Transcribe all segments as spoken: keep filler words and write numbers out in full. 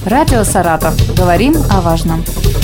Радио «Саратов». Говорим о важном.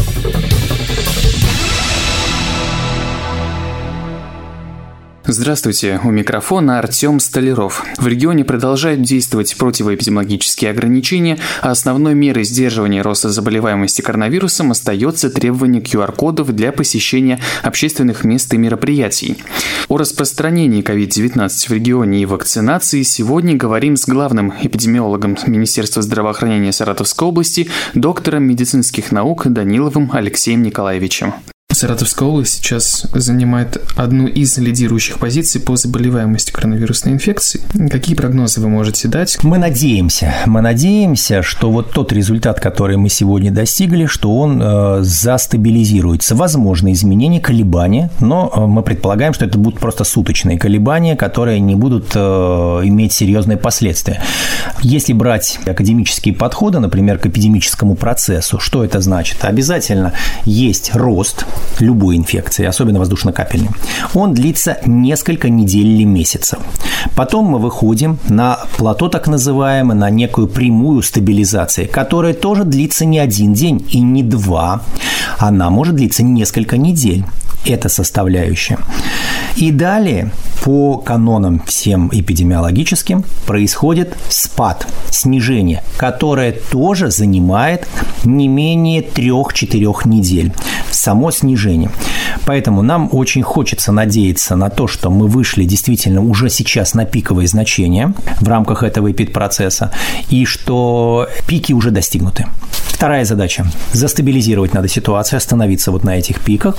Здравствуйте, у микрофона Артем Столяров. В регионе продолжают действовать противоэпидемиологические ограничения, а основной мерой сдерживания роста заболеваемости коронавирусом остается требование ку ар кодов для посещения общественных мест и мероприятий. О распространении ковид девятнадцать в регионе и вакцинации сегодня говорим с главным эпидемиологом Министерства здравоохранения Саратовской области, доктором медицинских наук Даниловым Алексеем Николаевичем. Саратовская область сейчас занимает одну из лидирующих позиций по заболеваемости коронавирусной инфекцией. Какие прогнозы вы можете дать? Мы надеемся, мы надеемся, что вот тот результат, который мы сегодня достигли, что он э, застабилизируется. Возможно, изменения, колебания, но э, мы предполагаем, что это будут просто суточные колебания, которые не будут э, иметь серьезные последствия. Если брать академические подходы, например, к эпидемическому процессу, что это значит? Обязательно есть рост любой инфекции, особенно воздушно-капельной. Он длится несколько недель или месяцев. Потом мы выходим на плато, так называемое, на некую прямую стабилизацию, которая тоже длится не один день и не два. Она может длиться несколько недель. Это составляющая. И далее, по канонам всем эпидемиологическим, происходит спад, снижение, которое тоже занимает не менее трех-четырех недель. Само снижение. Поэтому нам очень хочется надеяться на то, что мы вышли действительно уже сейчас на пиковые значения в рамках этого эпидпроцесса, и что пики уже достигнуты. Вторая задача – застабилизировать надо ситуацию, остановиться вот на этих пиках,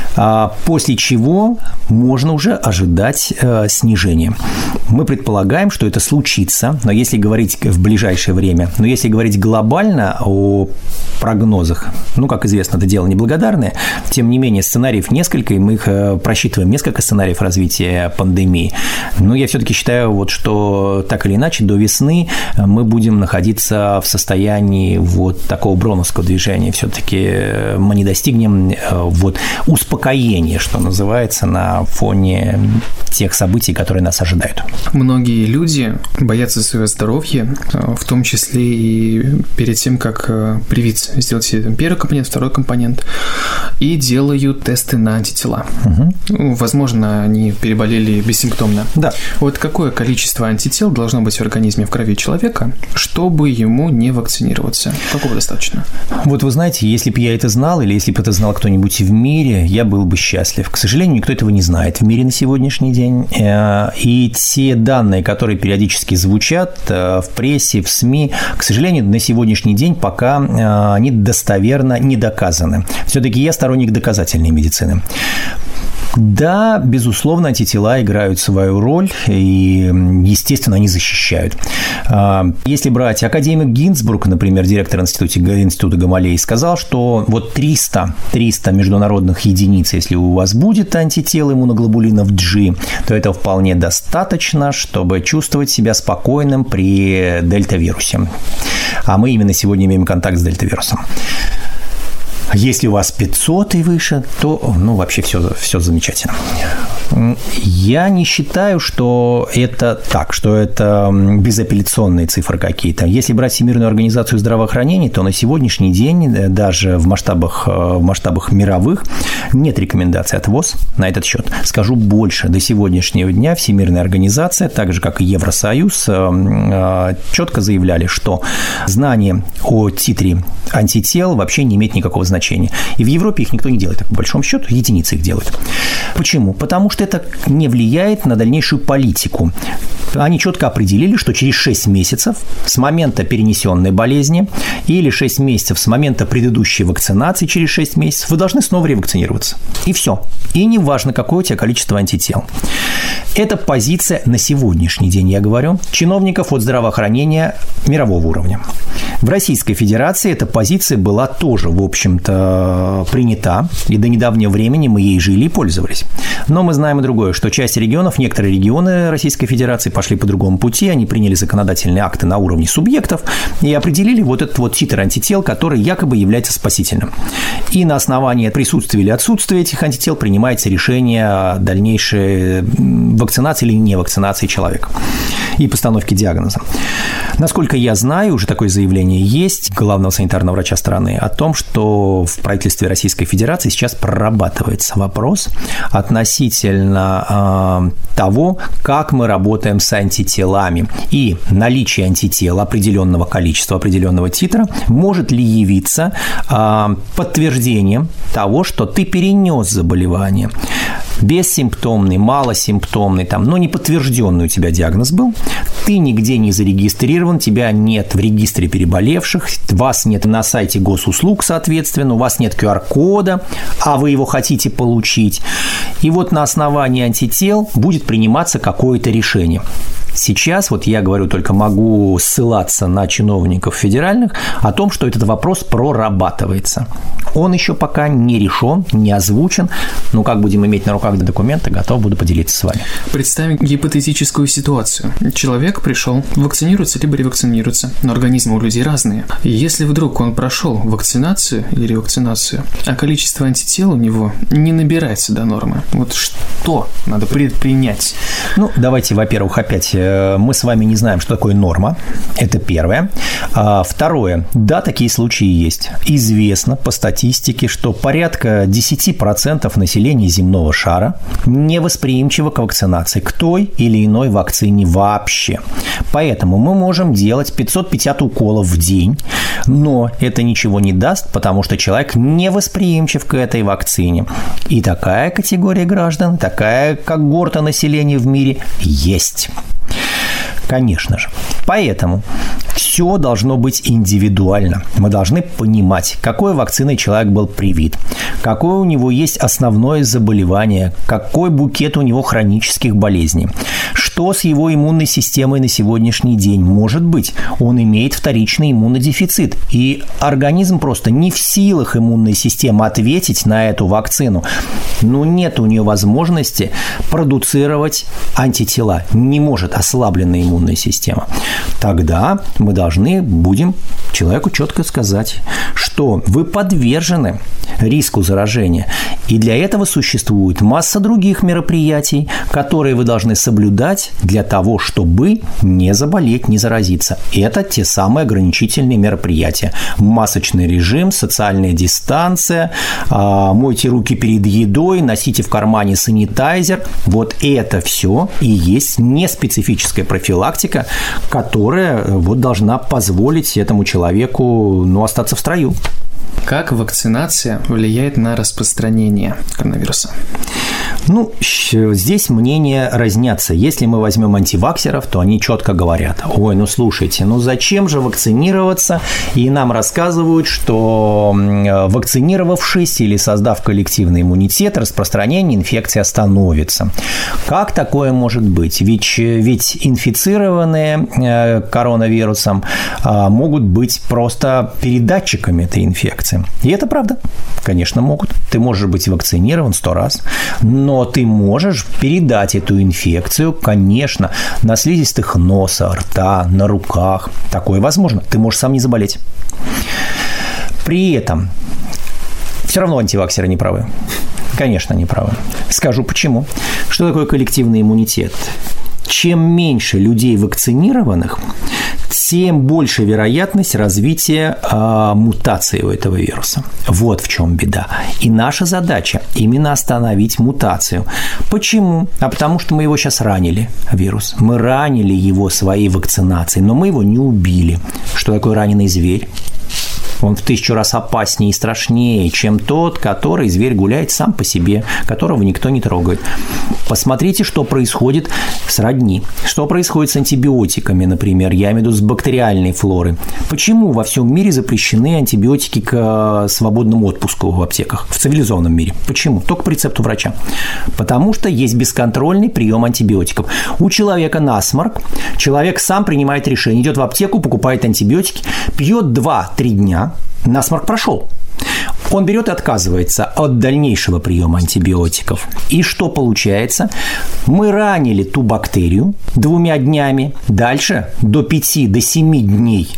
после чего можно уже ожидать снижения. Мы предполагаем, что это случится, но если говорить в ближайшее время, но если говорить глобально о прогнозах, ну, как известно, это дело неблагодарное, тем не менее, сценариев несколько, и мы их просчитываем, несколько сценариев развития пандемии. Но я все-таки считаю, вот, что так или иначе до весны мы будем находиться в состоянии вот такого броуновского движения. Все-таки мы не достигнем вот успокоения, что называется, на фоне тех событий, которые нас ожидают. Многие люди боятся своего здоровья, в том числе и перед тем, как привиться. Сделать первый компонент, второй компонент, и делают тесты на антитела. Угу. Возможно, они переболели бессимптомно. Да. Вот какое количество антител должно быть в организме, в крови человека, чтобы ему не вакцинироваться? Какого достаточно? Вот вы знаете, если бы я это знал, или если бы это знал кто-нибудь в мире, я был бы счастлив. К сожалению, никто этого не знает в мире на сегодняшний день. И те данные, которые периодически звучат в прессе, в СМИ, к сожалению, на сегодняшний день пока они достоверно не доказаны. Все-таки я сторонник доказательной медицины. Да, безусловно, антитела играют свою роль, и, естественно, они защищают. Если брать академик Гинзбург, например, директор института, института Гамалеи, сказал, что вот триста, триста международных единиц, если у вас будет антител иммуноглобулинов G, то этого вполне достаточно, чтобы чувствовать себя спокойным при дельта-вирусе. А мы именно сегодня имеем контакт с дельта-вирусом. Если у вас пятьсот и выше, то, ну, вообще все, все замечательно. Я не считаю, что это так, что это безапелляционные цифры какие-то. Если брать Всемирную организацию здравоохранения, то на сегодняшний день даже в масштабах, в масштабах мировых нет рекомендаций от ВОЗ на этот счет. Скажу больше, до сегодняшнего дня Всемирная организация, так же как и Евросоюз, четко заявляли, что знание о титре антител вообще не имеет никакого значения. И в Европе их никто не делает, по большому счету, единицы их делают. Почему? Потому что это не влияет на дальнейшую политику. Они четко определили, что через шесть месяцев с момента перенесенной болезни или шесть месяцев с момента предыдущей вакцинации, через шесть месяцев вы должны снова ревакцинироваться. И все. И не важно, какое у тебя количество антител. Это позиция на сегодняшний день, я говорю, чиновников от здравоохранения мирового уровня. В Российской Федерации эта позиция была тоже, в общем-то, принята, и до недавнего времени мы ей жили и пользовались. Но мы знаем и другое, что часть регионов, некоторые регионы Российской Федерации пошли по другому пути, они приняли законодательные акты на уровне субъектов и определили вот этот вот титр антител, который якобы является спасительным. И на основании присутствия или отсутствия этих антител принимается решение о дальнейшей вакцинации или не вакцинации человека и постановки диагноза. Насколько я знаю, уже такое заявление сведения есть главного санитарного врача страны о том, что в правительстве Российской Федерации сейчас прорабатывается вопрос относительно э, того, как мы работаем с антителами. И наличие антител определенного количества, определенного титра может ли явиться э, подтверждением того, что ты перенес заболевание. Бессимптомный, малосимптомный, там, но не подтвержденный у тебя диагноз был, ты нигде не зарегистрирован, тебя нет в регистре переболевших, вас нет на сайте госуслуг, соответственно, у вас нет ку ар-кода, а вы его хотите получить. И вот на основании антител будет приниматься какое-то решение. Сейчас, вот я говорю, только могу ссылаться на чиновников федеральных о том, что этот вопрос прорабатывается. Он еще пока не решен, не озвучен, но как будем иметь на руках документы, готов буду поделиться с вами. Представим гипотетическую ситуацию. Человек пришел, вакцинируется либо ревакцинируется, но организмы у людей разные. И если вдруг он прошел вакцинацию или ревакцинацию, а количество антител у него не набирается до нормы, вот что надо предпринять? Ну, давайте, во-первых, опять мы с вами не знаем, что такое норма. Это первое. Второе. Да, такие случаи есть. Известно по статистике, что порядка десять процентов населения земного шара невосприимчиво к вакцинации, к той или иной вакцине вообще. Поэтому мы можем делать пятьсот пятьдесят уколов в день, но это ничего не даст, потому что человек не восприимчив к этой вакцине. И такая категория граждан, такая когорта населения в мире есть. Конечно же. Поэтому все должно быть индивидуально. Мы должны понимать, какой вакциной человек был привит, какое у него есть основное заболевание, какой букет у него хронических болезней, что с его иммунной системой на сегодняшний день. Может быть, он имеет вторичный иммунодефицит, и организм просто не в силах иммунной системы ответить на эту вакцину. Но нет у нее возможности продуцировать антитела. Не может ослабленная иммунная система. Тогда мы должны будем человеку четко сказать, что вы подвержены риску заражения. И для этого существует масса других мероприятий, которые вы должны соблюдать для того, чтобы не заболеть, не заразиться. Это те самые ограничительные мероприятия. Масочный режим, социальная дистанция, мойте руки перед едой, носите в кармане санитайзер. Вот это все и есть неспецифическая профилактика, которая вот должна позволить этому человеку, ну, остаться в строю. Как вакцинация влияет на распространение коронавируса? Ну, здесь мнения разнятся. Если мы возьмем антиваксеров, то они четко говорят: ой, ну слушайте, ну зачем же вакцинироваться? И нам рассказывают, что вакцинировавшись или создав коллективный иммунитет, распространение инфекции остановится. Как такое может быть? Ведь, ведь инфицированные коронавирусом могут быть просто передатчиками этой инфекции. И это правда. Конечно, могут. Ты можешь быть вакцинирован сто раз, но ты можешь передать эту инфекцию, конечно, на слизистых носа, рта, на руках. Такое возможно. Ты можешь сам не заболеть. При этом все равно антиваксеры не правы. Конечно, не правы. Скажу почему. Что такое коллективный иммунитет? Чем меньше людей вакцинированных, тем больше вероятность развития э, мутации у этого вируса. Вот в чем беда. И наша задача именно остановить мутацию. Почему? А потому что мы его сейчас ранили, вирус. Мы ранили его своей вакцинацией, но мы его не убили. Что такое раненый зверь? Он в тысячу раз опаснее и страшнее, чем тот, который зверь гуляет сам по себе, которого никто не трогает. Посмотрите, что происходит с родни. Что происходит с антибиотиками, например, я имею в виду с бактериальной флорой. Почему во всем мире запрещены антибиотики к свободному отпуску в аптеках, в цивилизованном мире? Почему? Только по рецепту врача. Потому что есть бесконтрольный прием антибиотиков. У человека насморк, человек сам принимает решение, идет в аптеку, покупает антибиотики, пьет два-три дня, насморк прошел. Он берет и отказывается от дальнейшего приема антибиотиков. И что получается? Мы ранили ту бактерию двумя днями. Дальше до пяти, до семи дней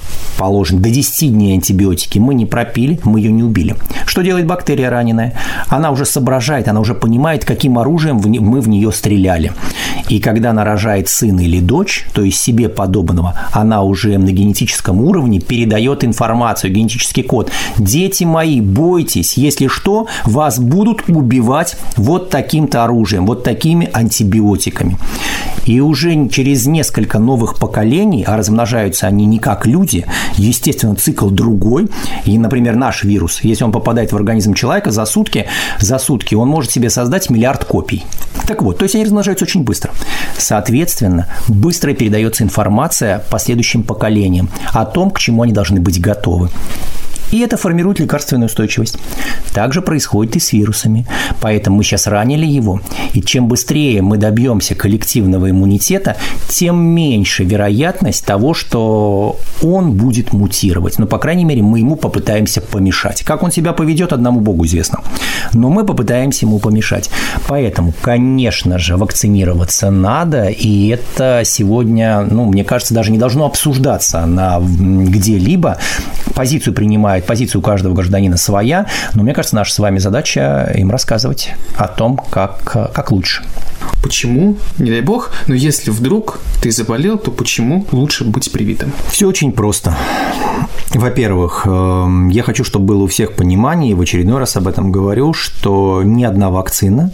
положено до десяти дней антибиотики, мы не пропили, мы ее не убили. Что делает бактерия раненая? Она уже соображает, она уже понимает, каким оружием мы в нее стреляли. И когда она рожает сына или дочь, то есть себе подобного, она уже на генетическом уровне передает информацию, генетический код. Дети мои, бойтесь, если что, вас будут убивать вот таким-то оружием, вот такими антибиотиками. И уже через несколько новых поколений, а размножаются они не как люди, естественно, цикл другой. И, например, наш вирус, если он попадает в организм человека за сутки, за сутки он может себе создать миллиард копий. Так вот, то есть они размножаются очень быстро. Соответственно, быстро передается информация последующим поколениям о том, к чему они должны быть готовы. И это формирует лекарственную устойчивость. Так же происходит и с вирусами. Поэтому мы сейчас ранили его. И чем быстрее мы добьемся коллективного иммунитета, тем меньше вероятность того, что он будет мутировать. Но, по крайней мере, мы ему попытаемся помешать. Как он себя поведет, одному Богу известно. Но мы попытаемся ему помешать. Поэтому, конечно же, вакцинироваться надо. И это сегодня, ну, мне кажется, даже не должно обсуждаться на где-либо. Позицию принимает, позиция у каждого гражданина своя, но мне кажется, наша с вами задача им рассказывать о том, как, как лучше. Почему, не дай бог, но если вдруг ты заболел, то почему лучше быть привитым? Все очень просто. Во-первых, я хочу, чтобы было у всех понимание, и в очередной раз об этом говорю, что ни одна вакцина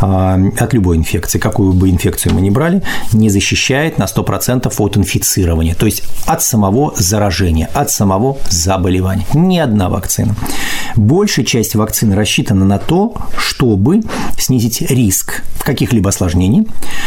от любой инфекции, какую бы инфекцию мы ни брали, не защищает на сто процентов от инфицирования, то есть от самого заражения, от самого заболевания. Ни одна вакцина. Большая часть вакцины рассчитана на то, чтобы снизить риск каких-либо осложнений,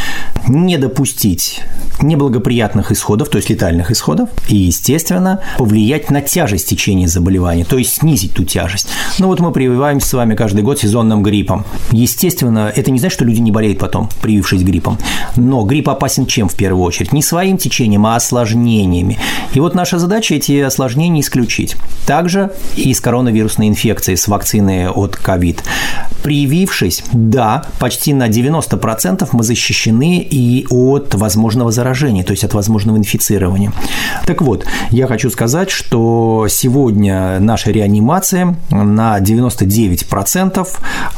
не допустить неблагоприятных исходов, то есть летальных исходов, и, естественно, повлиять на тяжесть течения заболевания, то есть снизить ту тяжесть. Ну вот мы прививаемся с вами каждый год сезонным гриппом. Естественно, это не значит, что люди не болеют потом, привившись гриппом. Но грипп опасен чем в первую очередь? Не своим течением, а осложнениями. И вот наша задача эти осложнения исключить. Также и с коронавирусной инфекцией, с вакциной от ковид. Привившись, да, почти на девяносто процентов мы защищены и от возможного заражения, то есть от возможного инфицирования. Так вот, я хочу сказать, что сегодня наша реанимация на девяносто девять процентов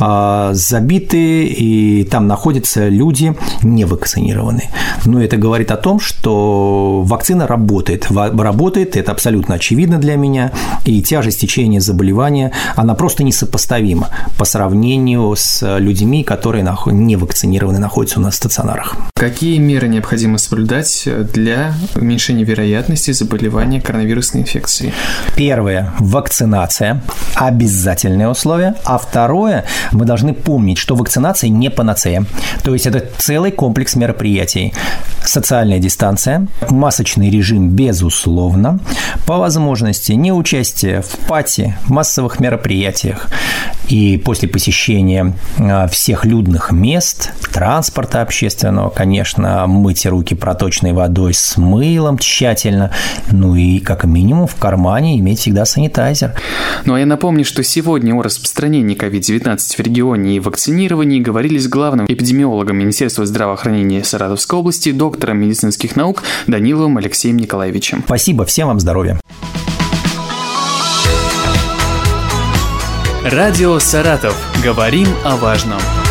забиты, и там находятся люди не вакцинированные. Но это говорит о том, что вакцина работает. Работает, это абсолютно очевидно для меня, и тяжесть течения заболевания, она просто несопоставима по сравнению с людьми, которые не вакцинированы, находятся у нас в стационарах. Какие меры необходимо соблюдать для уменьшения вероятности заболевания коронавирусной инфекцией? Первое – вакцинация. Обязательное условие. А второе – мы должны помнить, что вакцинация не панацея. То есть это целый комплекс мероприятий. Социальная дистанция, масочный режим, безусловно, по возможности не участие в пати, массовых мероприятиях и после посещения всех людных мест, транспорта общественного, конечно, мыть руки проточной водой с мылом тщательно, ну и как минимум в кармане иметь всегда санитайзер. Ну а я напомню, что сегодня о распространении ковид девятнадцать в регионе и вакцинировании говорили с главным эпидемиологом Министерства здравоохранения Саратовской области, доктором медицинских наук Даниловым Алексеем Николаевичем. Спасибо, всем вам здоровья. Радио «Саратов». Говорим о важном.